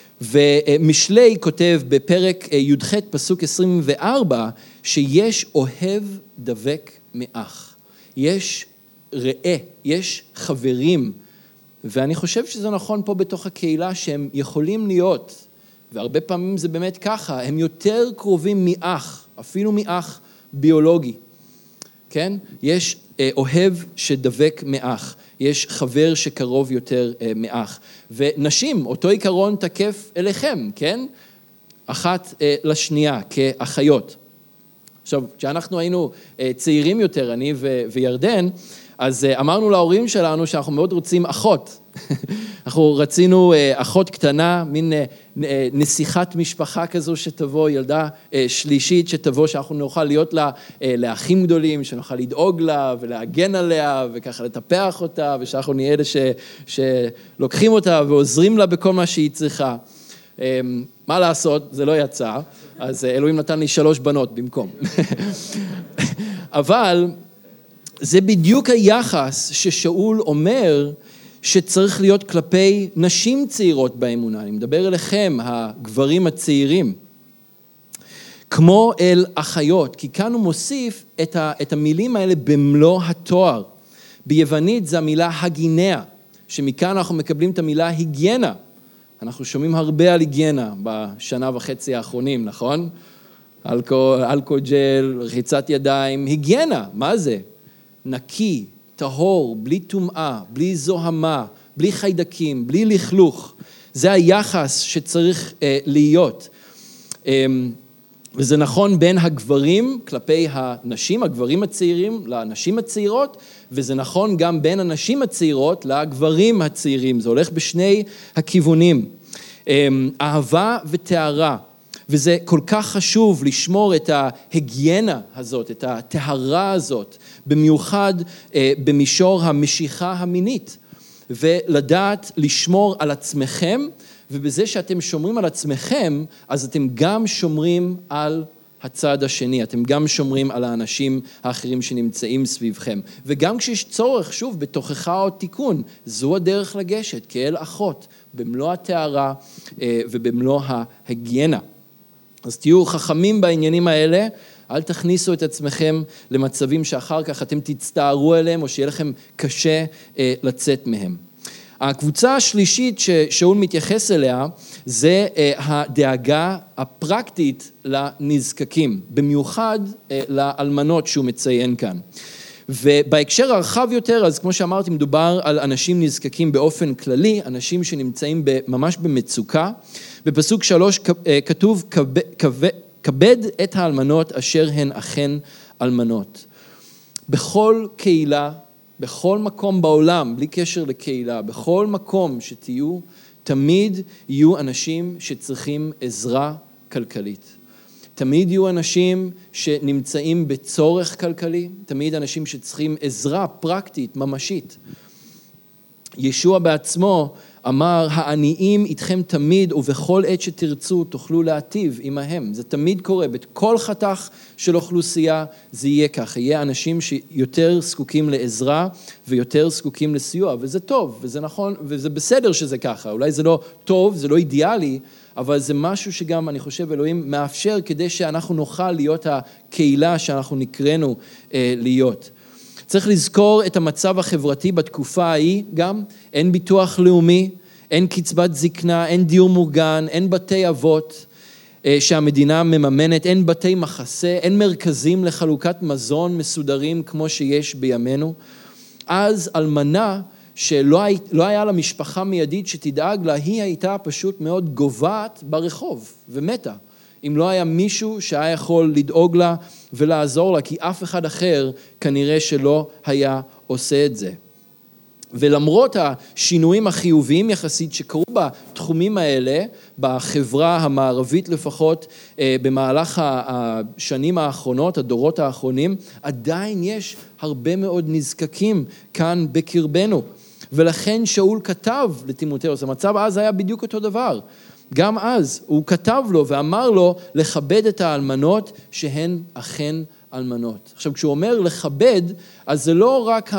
ומשלי כותב בפרק י"ח פסוק 24, שיש אוהב דבק מאח, יש ראה, יש חברים, ואני חושב שזה נכון פה בתוך הקהילה שהם יכולים להיות, והרבה פעמים זה באמת ככה, הם יותר קרובים מאח, אפילו מאח ביולוגי, כן? יש אוהב שדבק מאח, יש חבר שקרוב יותר מאח, ונשים, אותו עיקרון תקף אליכם, כן? אחת לשנייה, כאחיות. עכשיו, כשאנחנו היינו צעירים יותר, אני וירדן, אז אמרנו להורים שלנו שאנחנו מאוד רוצים אחות. אנחנו רצינו אחות קטנה, מין נסיכת משפחה כזו שתבוא, ילדה שלישית שתבוא, שאנחנו נוכל להיות לה לאחים גדולים, שנוכל לדאוג לה ולהגן עליה וככה לטפח אותה, ושאנחנו נהיה אלה שלוקחים אותה ועוזרים לה בכל מה שהיא צריכה. מה לעשות? זה לא יצא, אז אלוהים נתן לי 3 בנות במקום. אבל זה בדיוק היחס ששאול אומר שצריך להיות כלפי נשים צעירות באמונה. אני מדבר אליכם, הגברים הצעירים, כמו אל אחיות, כי כאן הוא מוסיף את המילים האלה במלוא התואר. ביוונית זה המילה הגינאה, שמכאן אנחנו מקבלים את המילה היגיינה. אנחנו שומעים הרבה על היגיינה בשנה וחצי האחרונים, נכון? אלכוג'ל, רחיצת ידיים, היגיינה, מה זה? נקי, טהור, בלי טומאה, בלי זוהמה, בלי חיידקים, בלי לכלוך. זה היחס שצריך להיות. וזה נכון בין הגברים כלפי הנשים, הגברים הצעירים לנשים הצעירות, וזה נכון גם בין הנשים הצעירות לגברים הצעירים. זה הולך בשני הכיוונים. אהבה וטהרה. וזה כל כך חשוב לשמור את ההיגיינה הזאת, את הטהרה הזאת, במיוחד במישור המשיכה המינית, ולדעת לשמור על עצמכם, ובזה שאתם שומרים על עצמכם, אז אתם גם שומרים על הצד השני, אתם גם שומרים על האנשים האחרים שנמצאים סביבכם. וגם כשיש צורך, שוב, בתוכחה או תיקון, זו הדרך לגשת, כאל אחות, במלוא הטהרה ובמלוא ההיגיינה. אז תהיו חכמים בעניינים האלה, אל תכניסו את עצמכם למצבים שאחר כך אתם תצטערו אליהם, או שיהיה לכם קשה לצאת מהם. הקבוצה השלישית ששאול מתייחס אליה, זה הדאגה הפרקטית לנזקקים, במיוחד לאלמנות שהוא מציין כאן. ובהקשר הרחב יותר, אז כמו שאמרתי, מדובר על אנשים נזקקים באופן כללי, אנשים שנמצאים ממש במצוקה. בפסוק 3 כתוב, כבד את האלמנות אשר הן אכן אלמנות. בכל קהילה, בכל מקום בעולם, בלי קשר לקהילה, בכל מקום שתהיו, תמיד יהיו אנשים שצריכים עזרה כלכלית. תמיד יהיו אנשים שנמצאים בצורך כלכלי, תמיד אנשים שצריכים עזרה פרקטית, ממשית. ישוע בעצמו אמר, העניים איתכם תמיד ובכל עת שתרצו תוכלו להטיב עמהם. זה תמיד קורה, בכל חתך של אוכלוסייה זה יהיה ככה. יהיה אנשים שיותר זקוקים לעזרה ויותר זקוקים לסיוע, וזה טוב, וזה נכון, וזה בסדר שזה ככה. אולי זה לא טוב, זה לא אידיאלי, אבל זה משהו שגם אני חושב אלוהים מאפשר כדי שאנחנו נוכל להיות הקהילה שאנחנו נקראנו להיות. צריך לזכור את המצב החברתי בתקופה ההיא גם, אין ביטוח לאומי, אין קצבת זקנה, אין דיור מוגן, אין בתי אבות שהמדינה מממנת, אין בתי מחסה, אין מרכזים לחלוקת מזון מסודרים כמו שיש בימינו. אז אלמנה שלא היה לה משפחה מיידית שתדאג לה, היא הייתה פשוט מאוד גובעת ברחוב ומתה. אם לא היה מישהו שהיה יכול לדאוג לה ולעזור לה, כי אף אחד אחר כנראה שלא היה עושה את זה. ולמרות השינויים החיוביים יחסית שקרו בתחומים האלה, בחברה המערבית לפחות, במהלך השנים האחרונות, הדורות האחרונים, עדיין יש הרבה מאוד נזקקים כאן בקרבנו. ולכן שאול כתב לטימותאוס, המצב אז היה בדיוק אותו דבר. גם אז הוא כתב לו ואמר לו לכבד את האלמנות שהן אכן אלמנות. עכשיו כשהוא אומר לכבד, אז זה לא רק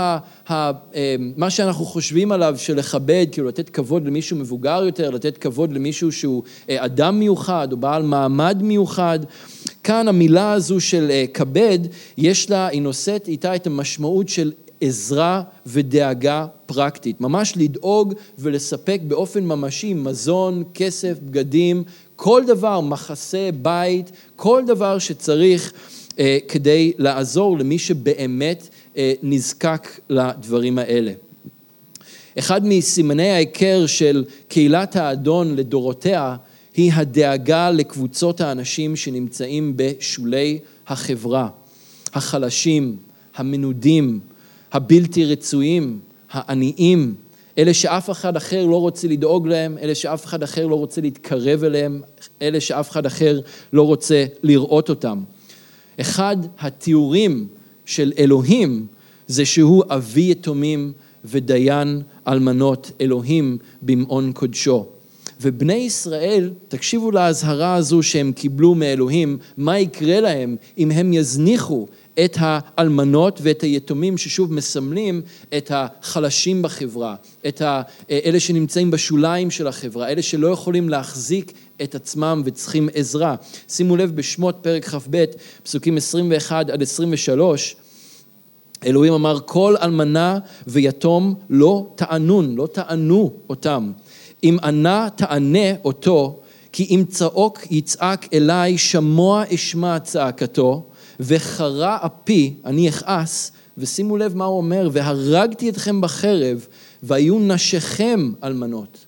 מה שאנחנו חושבים עליו של לכבד, כאילו לתת כבוד למישהו מבוגר יותר, לתת כבוד למישהו שהוא אדם מיוחד או בעל מעמד מיוחד. כאן המילה הזו של כבד, היא נושאת איתה את המשמעות של עזרה ודאגה פרקטית, ממש לדאוג ולספק באופן ממשי מזון, כסף, בגדים, כל דבר, מחסה, בית, כל דבר שצריך כדי לעזור למי שבאמת נזקק לדברים האלה. אחד מסימני ההיכר של קהילת האדון לדורותיה היא הדאגה לקבוצות האנשים שנמצאים בשולי החברה, החלשים, המנודים, הבלתי רצויים, העניים, אלה שאף אחד אחר לא רוצה לדאוג להם, אלה שאף אחד אחר לא רוצה להתקרב אליהם, אלה שאף אחד אחר לא רוצה לראות אותם. אחד התיאורים של אלוהים זה שהוא אבי יתומים ודיין אלמנות, אלוהים במעון קודשו. ובני ישראל, תקשיבו להזהרה הזו שהם קיבלו מאלוהים, מה יקרה להם אם הם יזניחו את האלמנות ואת היתומים ששוב מסמלים את החלשים בחברה, את אלה שנמצאים בשוליים של החברה, אלה שלא יכולים להחזיק את עצמם וצריכים עזרה. שימו לב בשמות פרק כ"ב, פסוקים 21 עד 23, אלוהים אמר, כל אלמנה ויתום לא תענו אותם. אם ענה תענה אותו, כי אם צעוק יצעק אליי, שמוע אשמע צעקתו, וחרה אפי אני אכעס, ושימו לב מה הוא אומר, והרגתי אתכם בחרב, והיו נשיכם אלמנות,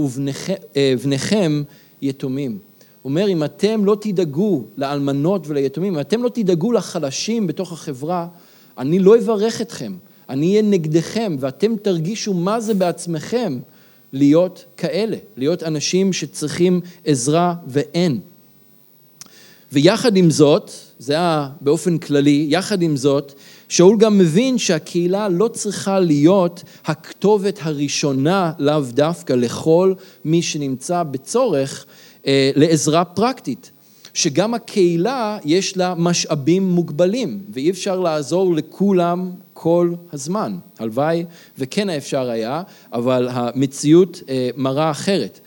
ובניכם יתומים. הוא אומר, אם אתם לא תדאגו לאלמנות וליתומים, אם אתם לא תדאגו לחלשים בתוך החברה, אני לא אברך אתכם, אני אהיה נגדכם, ואתם תרגישו מה זה בעצמכם להיות כאלה, להיות אנשים שצריכים עזרה ואין. ויחד עם זאת, זה היה באופן כללי, יחד עם זאת, שאול גם מבין שהקהילה לא צריכה להיות הכתובת הראשונה לאו דווקא לכל מי שנמצא בצורך לעזרה פרקטית. שגם הקהילה יש לה משאבים מוגבלים, ואי אפשר לעזור לכולם כל הזמן. הלוואי וכן אפשר היה, אבל המציאות מראה אחרת.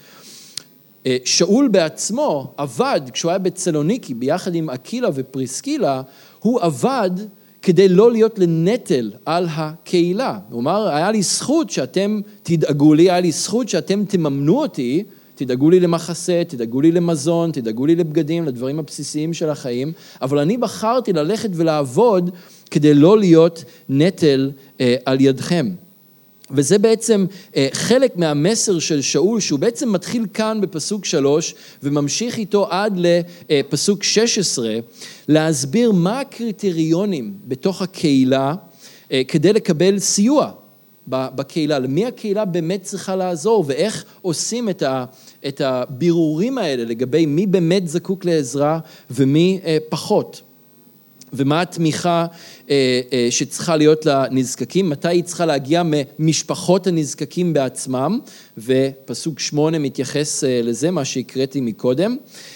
שאול בעצמו עבד, כשהוא היה בצלוניקי, ביחד עם אקילה ופריסקילה, הוא עבד כדי לא להיות לנטל על הקהילה. הוא אמר, היה לי זכות שאתם תדאגו לי, היה לי זכות שאתם תממנו אותי, תדאגו לי למחסה, תדאגו לי למזון, תדאגו לי לבגדים, לדברים הבסיסיים של החיים, אבל אני בחרתי ללכת ולעבוד כדי לא להיות נטל על ידכם. וזה בעצם חלק מהמסר של שאול, שהוא בעצם מתחיל כאן בפסוק 3, וממשיך איתו עד לפסוק 16, להסביר מה הקריטריונים בתוך הקהילה, כדי לקבל סיוע בקהילה, למי הקהילה באמת צריכה לעזור, ואיך עושים את הבירורים האלה, לגבי מי באמת זקוק לעזרה, ומי פחות. ומה התמיכה שצריכה להיות לנזקקים, מתי היא צריכה להגיע ממשפחות הנזקקים בעצמם, ופסוק 8 מתייחס לזה, מה שהקראתי מקודם,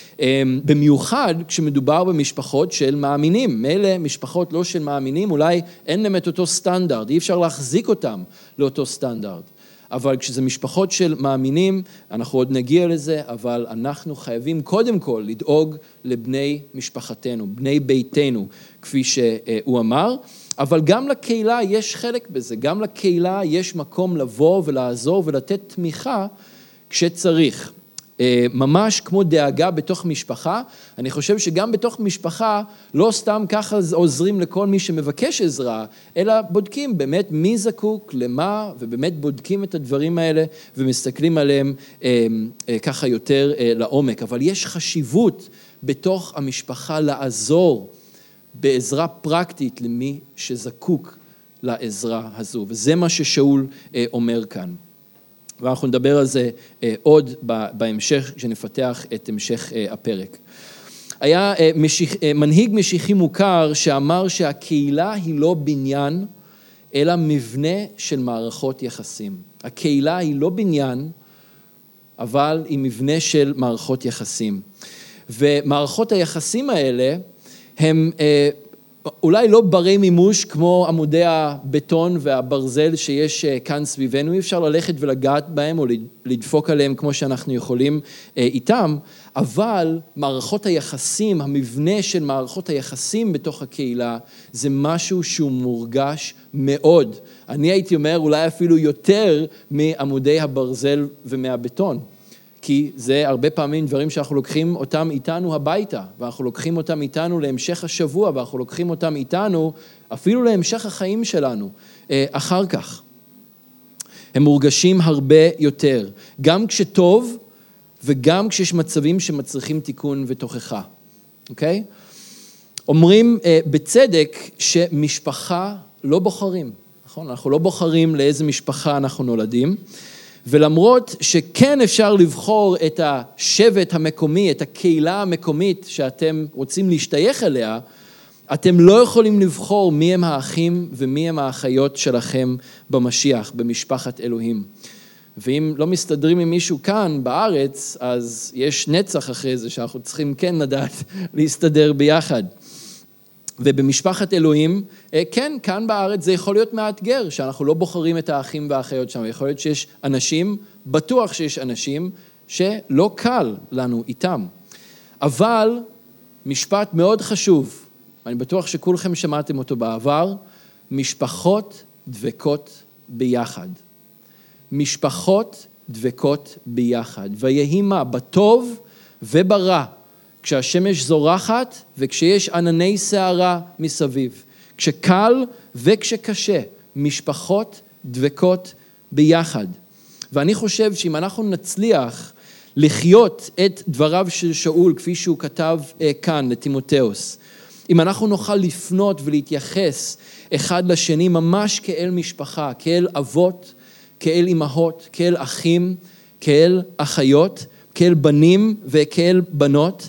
במיוחד כשמדובר במשפחות של מאמינים, מילא משפחות לא של מאמינים, אולי אין להם את אותו סטנדרט, אי אפשר להחזיק אותם לאותו סטנדרט, אבל כשזה משפחות של מאמינים, אנחנו עוד נגיע לזה, אבל אנחנו חייבים קודם כל לדאוג לבני משפחתנו, בני ביתנו, כפי שהוא אמר, אבל גם לקהילה יש חלק בזה, גם לקהילה יש מקום לבוא ולעזור ולתת תמיכה כשצריך. ממש כמו דאגה בתוך משפחה, אני חושב שגם בתוך משפחה לא סתם ככה עוזרים לכל מי שמבקש עזרה, אלא בודקים באמת מי זקוק, למה, ובאמת בודקים את הדברים האלה ומסתכלים עליהם ככה יותר לעומק. אבל יש חשיבות בתוך המשפחה לעזור בעזרה פרקטית למי שזקוק לעזרה הזו, וזה מה ששאול אומר כאן. ואנחנו נדבר על זה עוד בהמשך, כשנפתח את המשך הפרק. היה מנהיג משיחי מוכר שאמר שהקהילה היא לא בניין, אלא מבנה של מערכות יחסים. הקהילה היא לא בניין, אבל היא מבנה של מערכות יחסים. ומערכות היחסים האלה הם אולי לא ברי מימוש כמו עמודי הבטון והברזל שיש כאן סביבנו, אי אפשר ללכת ולגעת בהם או לדפוק עליהם כמו שאנחנו יכולים איתם, אבל מערכות היחסים, המבנה של מערכות היחסים בתוך הקהילה, זה משהו שהוא מורגש מאוד. אני הייתי אומר אולי אפילו יותר מעמודי הברזל ומהבטון. כי זה הרבה פעמים דברים שאנחנו לוקחים אותם איתנו הביתה, ואנחנו לוקחים אותם איתנו להמשך השבוע, ואנחנו לוקחים אותם איתנו אפילו להמשך החיים שלנו אחר כך. הם מורגשים הרבה יותר, גם כשטוב וגם כשיש מצבים שמצריכים תיקון ותוכחה. אוקיי? אומרים בצדק שמשפחה לא בוחרים, נכון? אנחנו לא בוחרים לאיזה משפחה אנחנו נולדים, ולמרות שכן אפשר לבחור את השבט המקומי, את הקהילה המקומית שאתם רוצים להשתייך אליה, אתם לא יכולים לבחור מי הם האחים ומי הם האחיות שלכם במשיח, במשפחת אלוהים. ואם לא מסתדרים עם מישהו כאן בארץ, אז יש נצח אחרי זה שאנחנו צריכים כן לדעת להסתדר ביחד. ובמשפחת אלוהים, כן, כאן בארץ זה יכול להיות מאתגר, שאנחנו לא בוחרים את האחים והאחיות שם, יכול להיות שיש אנשים, בטוח שיש אנשים, שלא קל לנו איתם. אבל משפט מאוד חשוב, אני בטוח שכולכם שמעתם אותו בעבר, משפחות דבקות ביחד. משפחות דבקות ביחד. ויהי מה? בטוב וברע. כשהשמש זורחת וכשיש ענני שערה מסביב. כשקל וכשקשה. משפחות דבקות ביחד. ואני חושב שאם אנחנו נצליח לחיות את דבריו של שאול, כפי שהוא כתב כאן לטימותאוס, אם אנחנו נוכל לפנות ולהתייחס אחד לשני ממש כאל משפחה, כאל אבות, כאל אמהות, כאל אחים, כאל אחיות, כאל בנים וכאל בנות,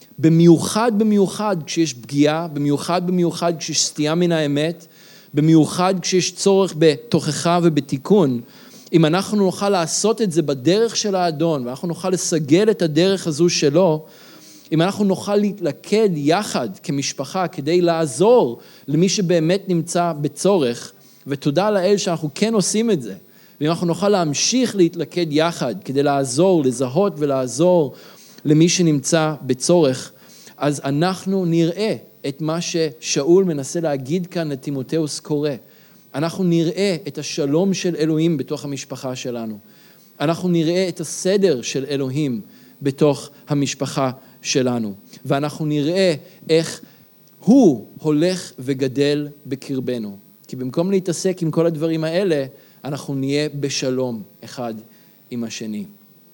במיוחד כשיש פגיעה, במיוחד כשיש סטייה מן האמת, במיוחד כשיש צורך בתוכחה ובתיקון, אם אנחנו נוכל לעשות את זה בדרך של האדון, ואנחנו נוכל לסגל את הדרך הזו שלו, אם אנחנו נוכל להתלכד יחד כמשפחה כדי לעזור למי שבאמת נמצא בצורך, ותודה לאל שאנחנו כן עושים את זה, ואם אנחנו נוכל להמשיך להתלכד יחד כדי לעזור, לזהות ולעזור למי שנמצא בצורך, אז אנחנו נראה את מה ששאול מנסה להגיד כאן לטימותאוס קורא. אנחנו נראה את השלום של אלוהים בתוך המשפחה שלנו. אנחנו נראה את הסדר של אלוהים בתוך המשפחה שלנו. ואנחנו נראה איך הוא הולך וגדל בקרבנו. כי במקום להתעסק עם כל הדברים האלה, אנחנו נהיה בשלום אחד עם השני.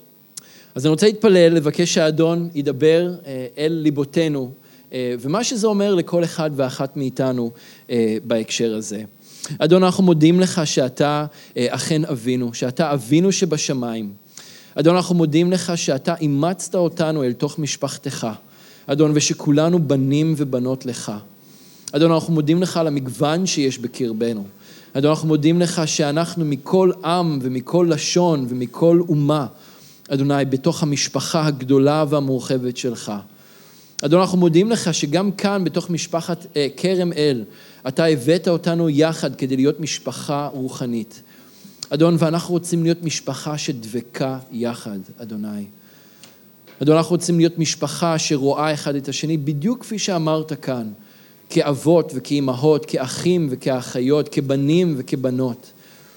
אז אני רוצה להתפלל, לבקש שהאדון ידבר אל ליבותינו, ומה שזה אומר לכל אחד ואחת מאיתנו בהקשר הזה. אדון, אנחנו מודים לך שאתה אכן אבינו, שאתה אבינו שבשמיים. אדון, אנחנו מודים לך שאתה אימצת אותנו אל תוך משפחתך. אדון, ושכולנו בנים ובנות לך. אדון, אנחנו מודים לך על המגוון שיש בקרבנו. אדון, אנחנו מודים לך שאנחנו מכל עם ומכל לשון ומכל אומה, אדוני, בתוך המשפחה הגדולה והמורחבת שלך. אדון, אנחנו מודים לך שגם כאן בתוך משפחת כרם אל, אתה הבאת אותנו יחד כדי להיות משפחה רוחנית. אדון, ואנחנו רוצים להיות משפחה שדבקה יחד, אדוני. אדון, אנחנו רוצים להיות משפחה שרואה אחד את השני, בדיוק כפי שאמרת כאן, כאבות וכאימהות, כאחים וכאחיות, כבנים וכבנות.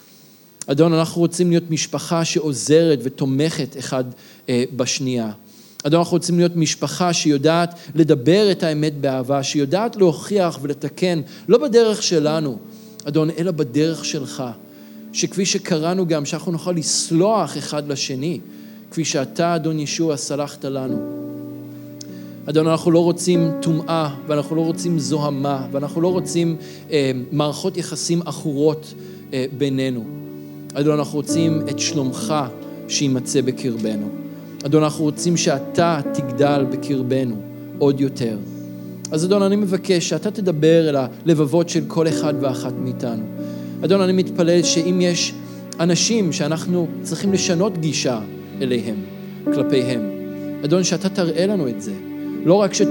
אדון, אנחנו רוצים להיות משפחה שעוזרת ותומכת אחד בשנייה. אדון, אנחנו רוצים להיות משפחה שיודעת לדבר את האמת באהבה, שיודעת להוכיח ולתקן, לא בדרך שלנו, אדון, אלא בדרך שלך. שכפי שקראנו גם, שאנחנו נוכל לסלוח אחד לשני, כפי שאתה, אדון ישוע, סלחת לנו. אדון, אנחנו לא רוצים טומאה, ואנחנו לא רוצים זוהמה, ואנחנו לא רוצים מערכות יחסים אחרות בינינו. אדון, אנחנו רוצים את שלומך שימצא בקרבנו. אדון, אנחנו רוצים שאתה תגדל בקרבנו עוד יותר. אז אדון, אני מבקש שאתה תדבר אל הלבבות של כל אחד ואחת מאיתנו. אדון, אני מתפלל שאם יש אנשים שאנחנו צריכים לשנות גישה אליהם, כלפיהם, אדון, שאתה תראה לנו את זה. לא רק